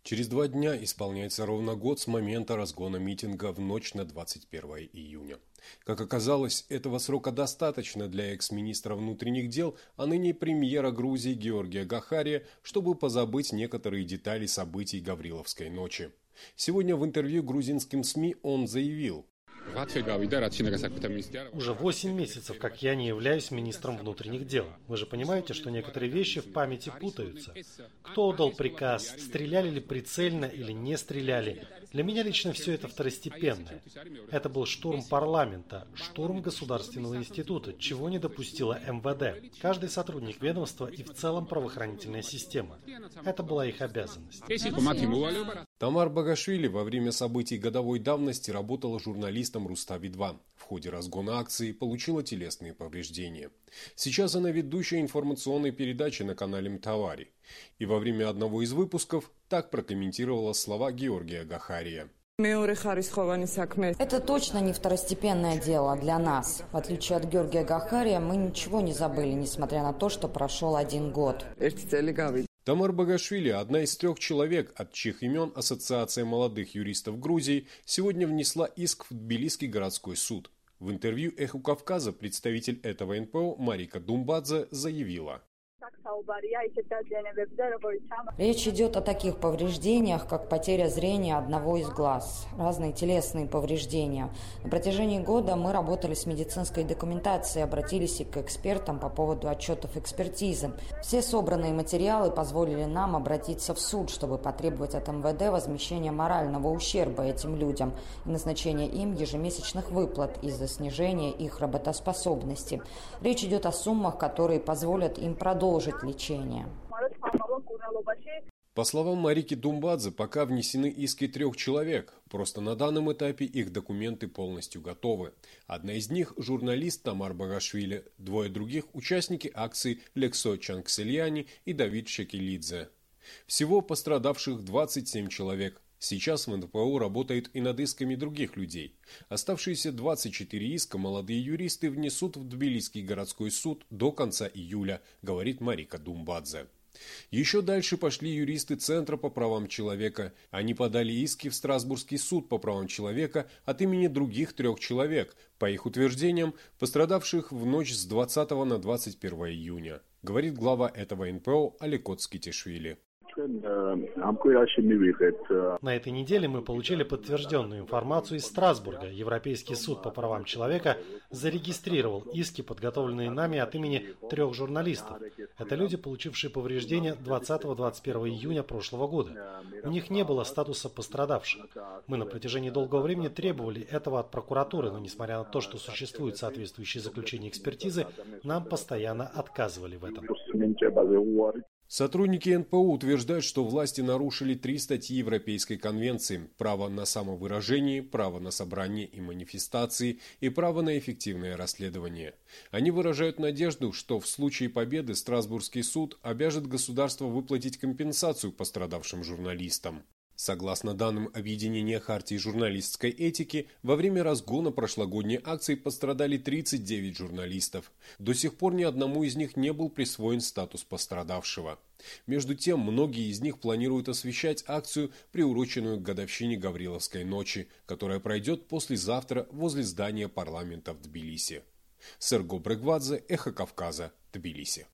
Через 2 дня исполняется ровно год с момента разгона митинга в ночь на 21 июня. Как оказалось, этого срока достаточно для экс-министра внутренних дел, а ныне премьера Грузии Георгия Гахария, чтобы позабыть некоторые детали событий Гавриловской ночи. Сегодня в интервью грузинским СМИ он заявил: уже 8 месяцев, как я не являюсь министром внутренних дел. Вы же понимаете, что некоторые вещи в памяти путаются. Кто отдал приказ, стреляли ли прицельно или не стреляли. Для меня лично все это второстепенное. Это был штурм парламента, штурм Государственного института, чего не допустила МВД, каждый сотрудник ведомства и в целом правоохранительная система. Это была их обязанность. Тамар Багашвили во время событий годовой давности работала журналистом Рустави-2. В ходе разгона акции получила телесные повреждения. Сейчас она ведущая информационной передачи на канале Мтавари. И во время одного из выпусков так прокомментировала слова Георгия Гахария. Это точно не второстепенное дело для нас. В отличие от Георгия Гахария, мы ничего не забыли, несмотря на то, что прошел 1 год. Тамар Багашвили, одна из 3 человек, от чьих имен Ассоциация молодых юристов Грузии сегодня внесла иск в Тбилисский городской суд. В интервью «Эху Кавказа» представитель этого НПО Марика Думбадзе заявила: речь идет о таких повреждениях, как потеря зрения одного из глаз, разные телесные повреждения. На протяжении года мы работали с медицинской документацией, обратились и к экспертам по поводу отчетов экспертизы. Все собранные материалы позволили нам обратиться в суд, чтобы потребовать от МВД возмещения морального ущерба этим людям и назначения им ежемесячных выплат из-за снижения их работоспособности. Речь идет о суммах, которые позволят им продолжить лечение. По словам Марики Думбадзе, пока внесены иски 3 человек, просто на данном этапе их документы полностью готовы. Одна из них – журналист Тамар Багашвили, 2 других – участники акции Лексо Чанксельяни и Давид Шекелидзе. Всего пострадавших 27 человек. Сейчас в НПО работает и над исками других людей. Оставшиеся 24 иска молодые юристы внесут в Тбилисский городской суд до конца июля, говорит Марика Думбадзе. Еще дальше пошли юристы Центра по правам человека. Они подали иски в Страсбургский суд по правам человека от имени других 3 человек, по их утверждениям, пострадавших в ночь с 20 на 21 июня, говорит глава этого НПО Аликот Скитишвили. На этой неделе мы получили подтвержденную информацию из Страсбурга. Европейский суд по правам человека зарегистрировал иски, подготовленные нами от имени 3 журналистов. Это люди, получившие повреждения 20-21 июня прошлого года. У них не было статуса пострадавших. Мы на протяжении долгого времени требовали этого от прокуратуры, но несмотря на то, что существуют соответствующие заключения экспертизы, нам постоянно отказывали в этом. Сотрудники НПО утверждают, что власти нарушили 3 статьи Европейской конвенции: право на самовыражение, право на собрание и манифестации и право на эффективное расследование. Они выражают надежду, что в случае победы Страсбургский суд обяжет государство выплатить компенсацию пострадавшим журналистам. Согласно данным Объединения хартии журналистской этики, во время разгона прошлогодней акции пострадали 39 журналистов. До сих пор ни одному из них не был присвоен статус пострадавшего. Между тем, многие из них планируют освещать акцию, приуроченную к годовщине Гавриловской ночи, которая пройдет послезавтра возле здания парламента в Тбилиси. Серго Брегвадзе, Эхо Кавказа, Тбилиси.